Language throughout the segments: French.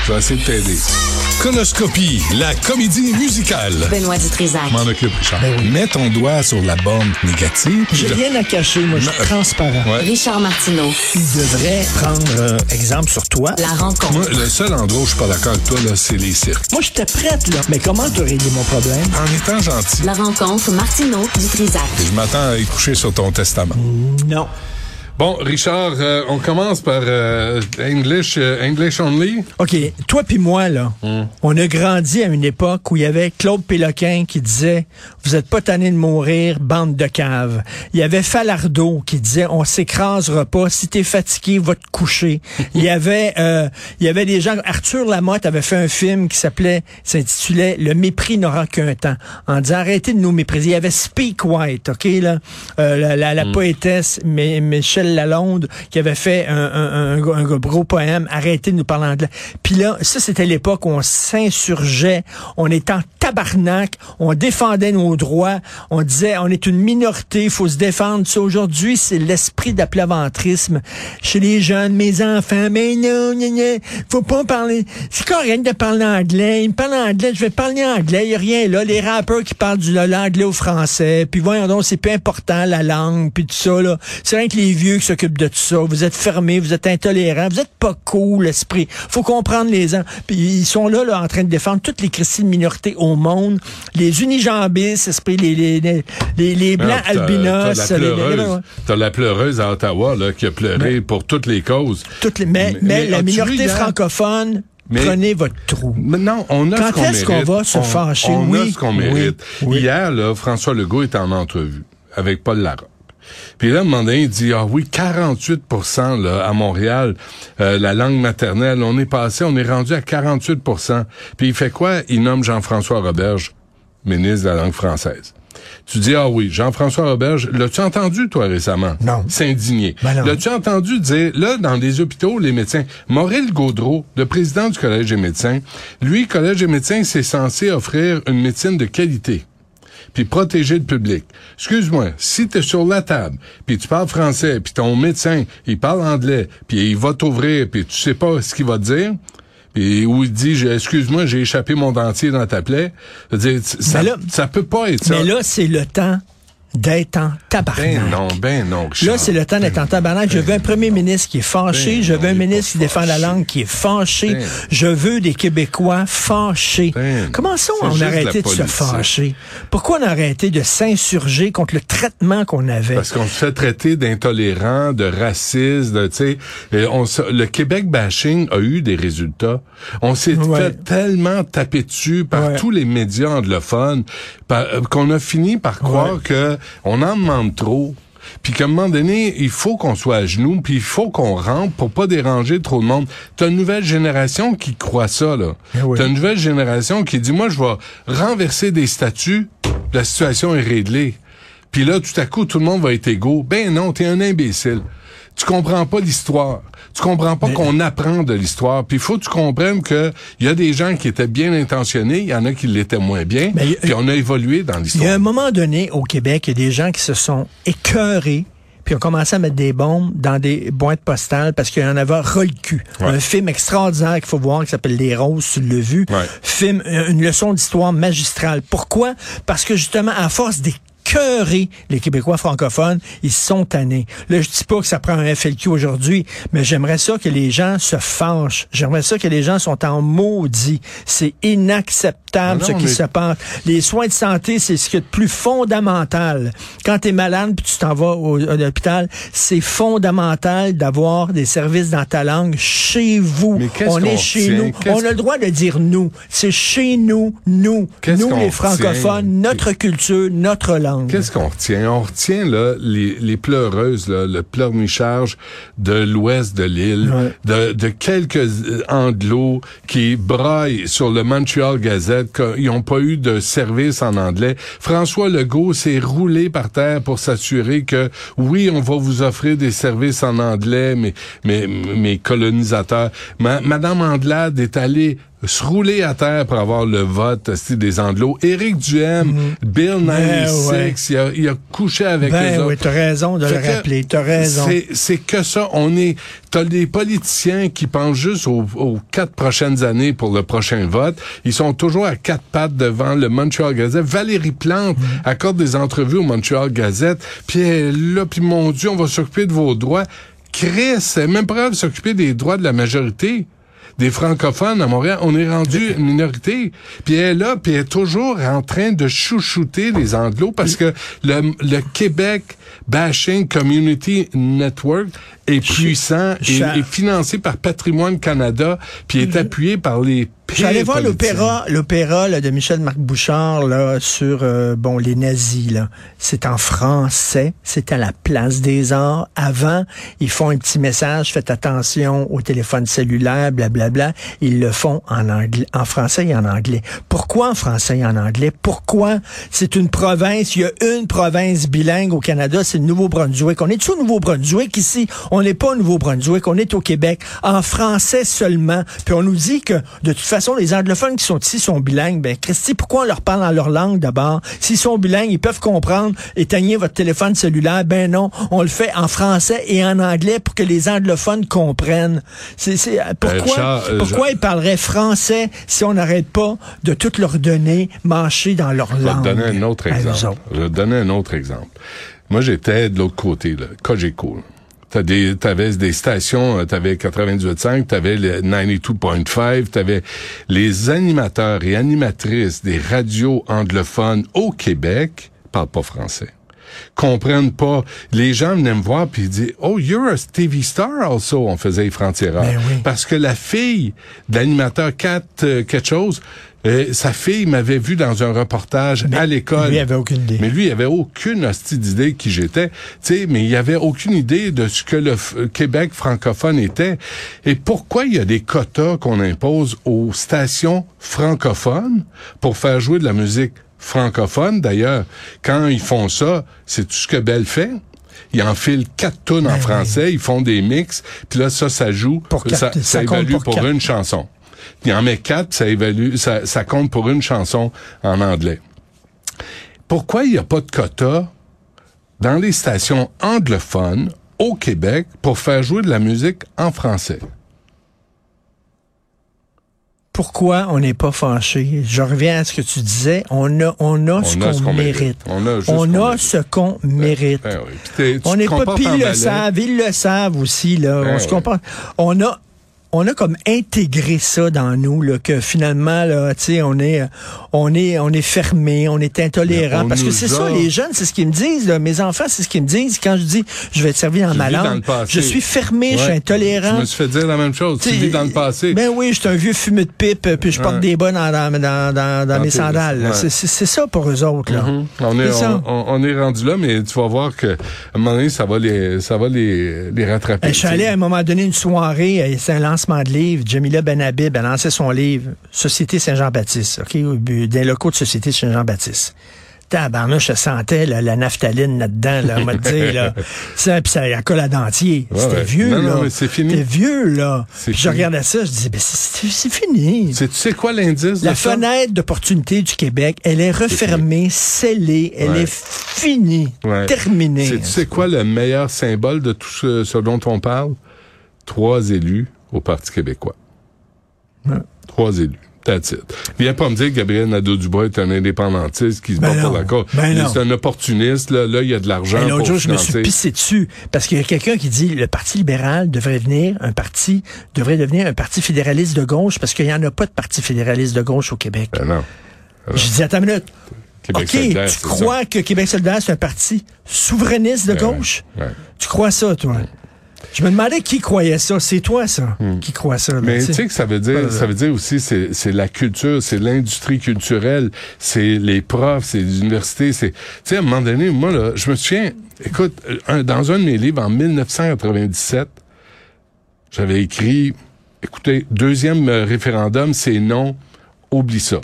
Je vais essayer de t'aider. Conoscopie, la comédie musicale. Benoît Dutrisac. M'en occupe, Richard. Mets ton doigt sur la borne négative. J'ai rien à cacher, moi, je suis transparent. Ouais. Richard Martineau. Il devrait prendre exemple sur toi. La rencontre. Moi, le seul endroit où je suis pas d'accord avec toi, là, c'est les cirques. Moi, j'étais prête, là. Mais comment tu as réglé mon problème? En étant gentil. La rencontre Martineau-Dutrisac. Je m'attends à y coucher sur ton testament. Non. Bon, Richard, on commence par English only. OK, toi puis moi, là, on a grandi à une époque où il y avait Claude Péloquin qui disait « Vous êtes pas tannés de mourir, bande de caves ». Il y avait Falardeau qui disait « On s'écrasera pas, si t'es fatigué, va te coucher ». Il y avait des gens... Arthur Lamotte avait fait un film qui s'intitulait « Le mépris n'aura qu'un temps », en disant « Arrêtez de nous mépriser ». Il y avait Speak White, OK, là, la poétesse Michel Lalonde qui avait fait un gros poème, arrêtez de nous parler anglais. Puis là, ça c'était l'époque où on s'insurgeait, on était en tabarnak, on défendait nos droits, on disait on est une minorité, il faut se défendre. Ça, aujourd'hui, c'est l'esprit d'aplaventrisme chez les jeunes, mes enfants, mais non, faut pas parler, c'est correct de parler anglais, ils me parlent anglais, je vais parler anglais, il y a rien là, les rappeurs qui parlent de l'anglais au français, puis voyons donc, c'est plus important la langue, puis tout ça, là. C'est rien que les vieux qui s'occupent de tout ça. Vous êtes fermés, vous êtes intolérants, vous êtes pas cool, l'esprit. Faut comprendre les gens. Puis ils sont là, en train de défendre toutes les Christines minorités au monde, les unijambistes, esprit, les blancs albinos. T'as la pleureuse à Ottawa, là, qui a pleuré pour toutes les causes. Mais la minorité francophone, prenez votre trou. Mais non, on a ce qu'on mérite. Quand est-ce qu'on va se fâcher? On a ce qu'on mérite. Oui. Hier, là, François Legault était en entrevue avec Paul Larocque. Puis là, à un moment donné, il dit, 48% là, à Montréal, la langue maternelle, on est rendu à 48%. Puis il fait quoi? Il nomme Jean-François Roberge, ministre de la langue française. Tu dis, Jean-François Roberge, l'as-tu entendu, toi, récemment? Non. S'indigner. Ben non. L'as-tu entendu dire, là, dans des hôpitaux, les médecins, Maurice Gaudreau, le président du Collège des médecins, lui, Collège des médecins, c'est censé offrir une médecine de qualité, puis protéger le public. Excuse-moi, si t'es sur la table, puis tu parles français, puis ton médecin, il parle anglais, puis il va t'ouvrir, puis tu sais pas ce qu'il va te dire, puis où il dit, excuse-moi, j'ai échappé mon dentier dans ta plaie, ça peut pas être ça. Mais là, c'est le temps d'être en tabarnak. Ben non, Richard. Là, c'est le temps d'être en tabarnak. Je veux un premier ministre qui est fâché. Je veux un ministre qui défend la langue qui est fâché. Je veux des Québécois fâchés. Comment ça, on a arrêté de se fâcher? Pourquoi on a arrêté de s'insurger contre le traitement qu'on avait? Parce qu'on se fait traiter d'intolérants, de racistes, le Québec bashing a eu des résultats. On s'est fait tellement taper dessus par tous les médias anglophones qu'on a fini par croire que on en demande trop, puis qu'à un moment donné, il faut qu'on soit à genoux, puis il faut qu'on rentre pour pas déranger trop de monde. T'as une nouvelle génération qui croit ça, là. T'as une nouvelle génération qui dit, moi, je vais renverser des statuts, la situation est réglée. Puis là, tout à coup, tout le monde va être égaux. Ben non, t'es un imbécile. Tu comprends pas l'histoire. Tu comprends pas qu'on apprend de l'histoire. Puis il faut que tu comprennes que il y a des gens qui étaient bien intentionnés, il y en a qui l'étaient moins bien, puis on a évolué dans l'histoire. Il y a un moment donné, au Québec, il y a des gens qui se sont écœurés puis ont commencé à mettre des bombes dans des boîtes postales parce qu'il y en avait ras le cul. Un film extraordinaire qu'il faut voir qui s'appelle Les Roses, tu l'as vu. Film, une leçon d'histoire magistrale. Pourquoi? Parce que justement, à force d'écœurer les Québécois francophones, ils sont tannés. Là, je dis pas que ça prend un FLQ aujourd'hui, mais j'aimerais ça que les gens se fâchent. J'aimerais ça que les gens sont en maudit. C'est inacceptable ce qui se passe. Les soins de santé, c'est ce qui est de plus fondamental. Quand tu es malade puis tu t'en vas à l'hôpital, c'est fondamental d'avoir des services dans ta langue chez vous. On est chez nous. On a le droit de dire nous. C'est chez nous, nous les francophones, notre culture, notre langue. Qu'est-ce qu'on retient? On retient là les pleureuses, là, le pleurnicharge de l'ouest de l'île, de quelques anglos qui braillent sur le Montreal Gazette qu'ils n'ont pas eu de service en anglais. François Legault s'est roulé par terre pour s'assurer que oui, on va vous offrir des services en anglais, mais colonisateurs. Madame Anglade est allée se rouler à terre pour avoir le vote des Anglos. Éric Duhem, Bill 96, il a couché avec eux autres. Oui, t'as raison de le rappeler, t'as raison. C'est que ça, t'as des politiciens qui pensent juste aux 4 prochaines années pour le prochain vote. Ils sont toujours à 4 pattes devant le Montreal Gazette. Valérie Plante accorde des entrevues au Montreal Gazette, puis là, puis mon Dieu, on va s'occuper de vos droits. Chris, c'est même pas grave de s'occuper des droits de la majorité. Des francophones à Montréal, on est rendu une minorité. Puis elle est là, puis elle est toujours en train de chouchouter les Anglos parce que le Québec Bashing Community Network est puissant et est financé par Patrimoine Canada, puis est appuyé par les J'allais voir l'opéra là, de Michel-Marc Bouchard là, sur les nazis. Là. C'est en français, c'est à la Place des Arts. Avant, ils font un petit message, faites attention au téléphone cellulaire, blablabla. Ils le font en anglais, en français et en anglais. Pourquoi en français et en anglais? Pourquoi? C'est une province, il y a une province bilingue au Canada, c'est le Nouveau-Brunswick. On est au Nouveau-Brunswick ici? On n'est pas au Nouveau-Brunswick, on est au Québec. En français seulement. Puis on nous dit que, de toute façon, les anglophones qui sont ici sont bilingues. Ben, Christy, pourquoi on leur parle dans leur langue d'abord? S'ils sont bilingues, ils peuvent comprendre. Éteignez votre téléphone cellulaire. Ben non, on le fait en français et en anglais pour que les anglophones comprennent. Pourquoi ils parleraient français si on n'arrête pas de tout leur donner mâché dans leur langue? Je vais te donner un autre exemple. Moi, j'étais de l'autre côté, là, Cogeco. T'avais des stations, t'avais 98.5, t'avais le 92.5, t'avais les animateurs et animatrices des radios anglophones au Québec, parlent pas français. Comprennent pas. Les gens venaient me voir puis ils disaient « Oh, you're a TV star also », on faisait les francs-tireurs. Oui. Parce que la fille de l'animateur Kat quelque chose, sa fille m'avait vu dans un reportage à l'école. Lui, il avait aucune idée. Mais lui, il avait aucune hostie d'idée qui j'étais. Tu sais, mais il avait aucune idée de ce que le Québec francophone était. Et pourquoi il y a des quotas qu'on impose aux stations francophones pour faire jouer de la musique francophone? D'ailleurs, quand ils font ça, c'est tout ce que Bell fait. Ils enfilent 4 tunes en français, ils font des mix, puis là, ça joue, ça évalue pour une chanson. Il en met 4, ça compte pour une chanson en anglais. Pourquoi il n'y a pas de quota dans les stations anglophones au Québec pour faire jouer de la musique en français? Pourquoi on n'est pas fâché? Je reviens à ce que tu disais. On a ce qu'on mérite. On a ce qu'on mérite. On n'est pas, puis ils le savent aussi, là. On se comprend. On a comme intégré ça dans nous, là, que finalement, là, tu sais, on est fermé, on est intolérant. Parce que c'est ça, les jeunes, c'est ce qu'ils me disent, là. Mes enfants, c'est ce qu'ils me disent quand je dis, je vais te servir dans ma langue. Je suis fermé, je suis intolérant. Je me suis fait dire la même chose. Tu vis dans le passé. Ben oui, je suis un vieux fumeux de pipe, puis je porte des bas dans mes sandales. C'est ça pour eux autres, là. On est rendu là, mais tu vas voir que, à un moment donné, ça va les rattraper. Je suis allé à un moment donné une soirée, c'est un lancement de livre. Jamila Benhabib a lancé son livre Société Saint-Jean-Baptiste, OK, des locaux de Société Saint-Jean-Baptiste. Tabarnouche, je sentais la naphtaline là-dedans, là, on m'a dit, là. Ça, puis ça a collé à dentier. C'était vieux, là. Non, mais c'est fini. C'était vieux, là. Puis je regardais ça, je disais, ben c'est fini. Tu sais quoi l'indice de la ça? fenêtre d'opportunité du Québec, elle est refermée, scellée, elle est finie, terminée. Tu sais quoi le meilleur symbole de tout ce dont on parle? 3 élus au Parti québécois. 3 élus. That's it. Viens pas me dire que Gabriel Nadeau-Dubois est un indépendantiste qui se bat pour la cause. C'est un opportuniste, là, il y a de l'argent pour l'autre jour, financer. je me suis pissé dessus, parce qu'il y a quelqu'un qui dit le Parti libéral devrait devenir un parti fédéraliste de gauche, parce qu'il n'y en a pas de parti fédéraliste de gauche au Québec. Non. Je dis, attends une minute. Québec solidaire, tu crois que Québec solidaire, c'est un parti souverainiste de gauche? Tu crois ça, toi? Je me demandais qui croyait ça. C'est toi, ça, qui croit ça. Là, mais tu sais que ça veut dire aussi, c'est la culture, c'est l'industrie culturelle, c'est les profs, c'est les universités, tu sais, à un moment donné, moi, là, je me souviens, écoute, dans un de mes livres, en 1997, j'avais écrit, écoutez, 2e référendum, c'est non, oublie ça.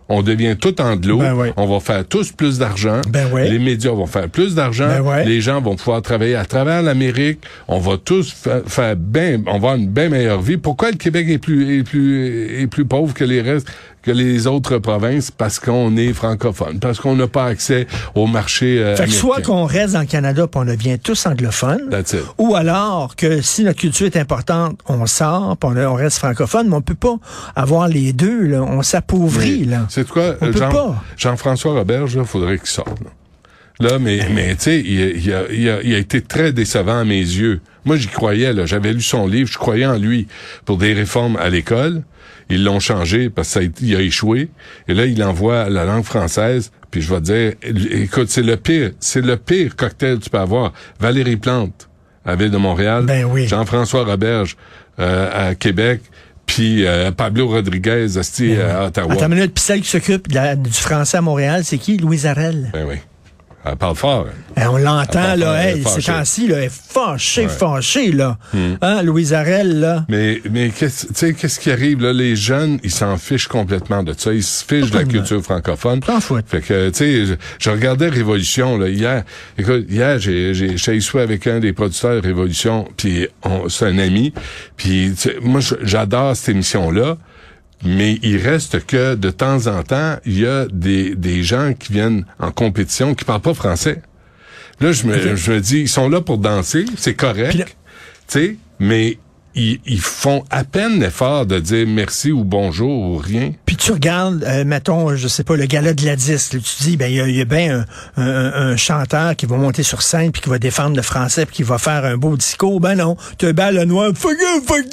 On devient tout en de l'eau. Ben oui. On va faire tous plus d'argent. Ben oui. Les médias vont faire plus d'argent. Ben oui. Les gens vont pouvoir travailler à travers l'Amérique. On va tous faire bien, on va avoir une bien meilleure vie. Pourquoi le Québec est plus pauvre que que les autres provinces? Parce qu'on est francophone. Parce qu'on n'a pas accès au marché fait que américain. soit qu'on reste dans le Canada puis on devient tous anglophones. That's it. Ou alors que si notre culture est importante, on sort puis on reste francophone, mais on peut pas avoir les deux, là. On s'appauvrit, là. C'est quoi? On peut pas. Jean-François Roberge, là, faudrait qu'il sorte, là. Mais tu sais, il a été très décevant à mes yeux. Moi, j'y croyais, là. J'avais lu son livre, je croyais en lui pour des réformes à l'école. Ils l'ont changé parce qu'il a échoué. Et là, il envoie la langue française. Puis je vais te dire, écoute, c'est le pire cocktail que tu peux avoir. Valérie Plante, à Ville de Montréal. Ben oui. Jean-François Roberge, à Québec. Puis Pablo Rodriguez, à Ottawa. Attends une minute, puis celle qui s'occupe du français à Montréal, c'est qui? Louise Arel. Ben oui. Elle parle fort. On l'entend, Elle là, parle fort, ces temps-ci, là, elle est fâchée, là. Hmm. Hein, Louise Arel, là. Mais qu'est-ce qui arrive, là? Les jeunes, ils s'en fichent complètement de ça. Ils se fichent de la culture francophone. T'en fous. Fait que, tu sais, je regardais Révolution, là, hier. Écoute, hier, j'ai échoué avec un des producteurs de Révolution, puis c'est un ami. Puis, moi, j'adore cette émission-là. Mais il reste que, de temps en temps, il y a des gens qui viennent en compétition qui parlent pas français. Là, je me dis, ils sont là pour danser, c'est correct, tu sais, mais ils font à peine l'effort de dire merci ou bonjour ou rien. Puis tu regardes, mettons, je sais pas, le gala de la disque, là, tu te dis, ben il y a bien un chanteur qui va monter sur scène puis qui va défendre le français puis qui va faire un beau discours. Ben non, tu as balle le noir, fuck you, fuck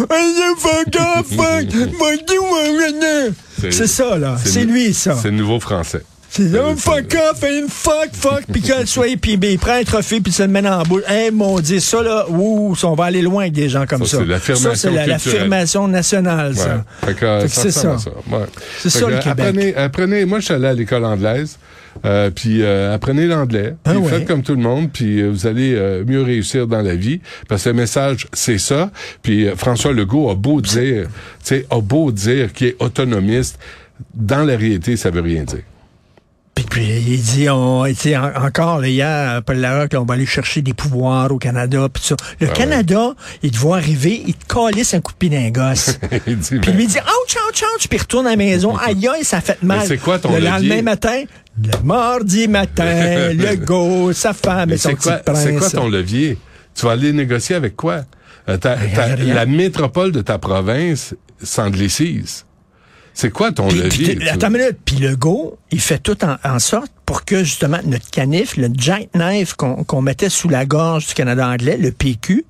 you, c'est ça, là. C'est lui, ça. C'est le nouveau français. C'est un fuck off, une fuck, puis qu'elle soit, puis il prend un trophée, puis se le met en bouche. Hey, mon Dieu, ça, là, on va aller loin avec des gens comme ça. C'est l'affirmation c'est l'affirmation nationale, ça. Ouais. Fait que c'est ça. Ouais. C'est ça, le Québec. Apprenez, moi, je suis allé à l'école anglaise, puis apprenez l'anglais, puis faites comme tout le monde, puis vous allez mieux réussir dans la vie, parce que le message, c'est ça. Puis François Legault a beau dire qu'il est autonomiste, dans la réalité, ça veut rien dire. Puis il dit, encore là, hier, Paul Larocque, on va aller chercher des pouvoirs au Canada, puis ça. Le Canada, il te voit arriver, il te calisse un coup de pied d'un gosse. Puis lui, il dit, ouch, puis il retourne à la maison, aïe, ça fait mal. Mais c'est quoi ton le levier? lendemain matin, le mardi matin, Legault, sa femme et son petit prince. C'est quoi ton levier? Tu vas aller négocier avec quoi? La métropole de ta province s'anglicise. C'est quoi ton levier? Attends une minute. Puis Legault, il fait tout en sorte pour que, justement, notre canif, le jackknife qu'on mettait sous la gorge du Canada anglais, le PQ,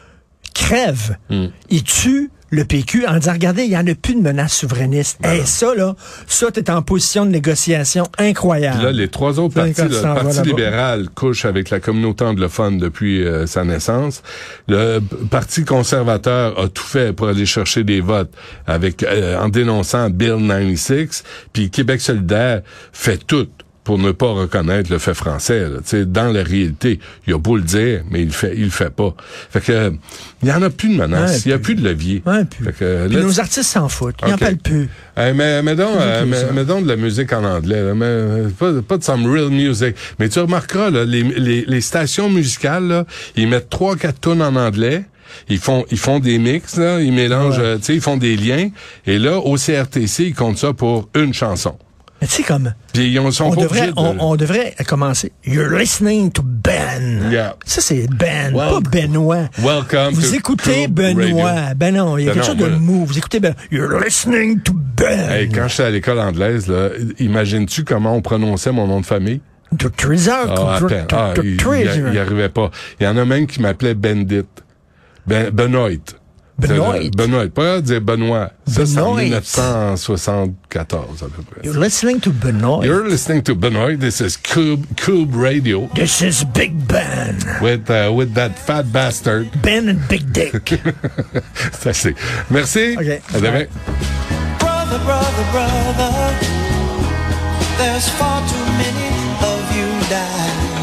crève. Il tue le PQ en disant, regardez, il n'y en a plus de menace souverainiste. Ben ça, t'es en position de négociation incroyable. Puis là, les trois autres partis, le Parti libéral couche avec la communauté anglophone depuis sa naissance. Le Parti conservateur a tout fait pour aller chercher des votes en dénonçant Bill 96. Puis Québec solidaire fait tout pour ne pas reconnaître le fait français. Là. Dans la réalité, il a beau le dire, mais il le fait pas. Fait que il y en a plus de menaces, il y a plus de levier. Fait que, puis nos artistes s'en foutent, ils n'en parlent plus. Mais donc de la musique en anglais, là, mais pas de some real music. Mais tu remarqueras là, les stations musicales, là, ils mettent 3-4 tunes en anglais. Ils font des mix, là, ils mélangent, ils font des liens. Et là, au CRTC, ils comptent ça pour une chanson. Mais tu sais, comme, puis on devrait commencer. You're listening to Ben. Yeah. Ça, c'est Ben, pas Benoît. Welcome Vous écoutez Benoît. Radio. Ben non, il y a quelque chose de mou. Vous écoutez Ben. You're listening to Ben. Hey, quand j'étais à l'école anglaise, là, imagines-tu comment on prononçait mon nom de famille? Dr. Isaac. Il arrivait pas. Il y en a même qui m'appelaient Bendit. Benoît. Benoît. Pas dire Benoît. Ça, c'est en 1974, à peu près. You're listening to Benoit. You're listening to Benoit. This is Cube Radio. This is Big Ben. With that fat bastard. Ben and Big Dick. Ça, c'est. Merci. Okay. À demain. Brother, there's far too many of you die.